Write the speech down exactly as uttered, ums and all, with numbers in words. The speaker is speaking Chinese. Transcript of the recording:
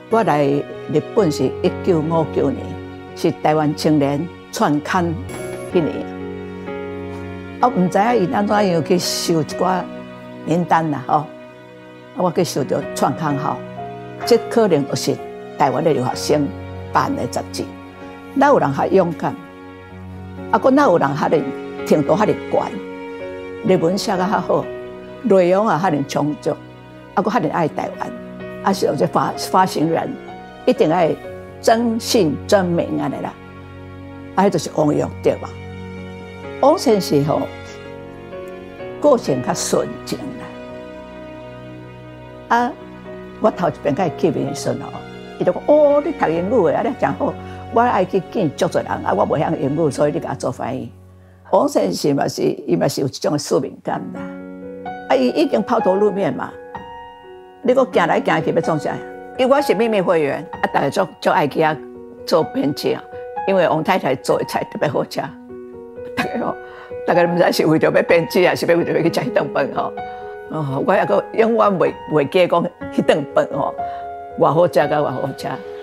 我来日本是一九五九年，是台湾青年创刊迄年。啊，唔知影伊安怎样去收一寡名单啦，吼、哦！我去收到创刊号，这可能就是台湾的留学生办的杂志。哪有人较勇敢？啊，佫哪有人遐尼程度遐尼悬？日文写得较好，内容也遐尼充足，啊，佫遐尼爱台湾。啊，是有这发发行人一定要真信真名安尼啦，啊，迄就是王玉对吧？王先生吼个性较纯情啦，啊，我头一遍甲伊见面的时候，伊就讲：哦，你读英语的，啊，你讲好，我爱去见足多人，啊，我袂晓英语，所以你甲我做翻译。王先生嘛是，伊嘛是有一种使命感啦，啊，伊已经抛头露面嘛。你搁行来行去要创啥？因为我是秘密会员，啊，大家就就爱去遐做编辑啊。因为王太太做的菜特别好吃，大家吼，大家唔知是为着要编辑，还是要为着要去食迄顿饭吼。哦，我也搁永远袂袂记讲迄顿饭吼，偌好食甲偌好食。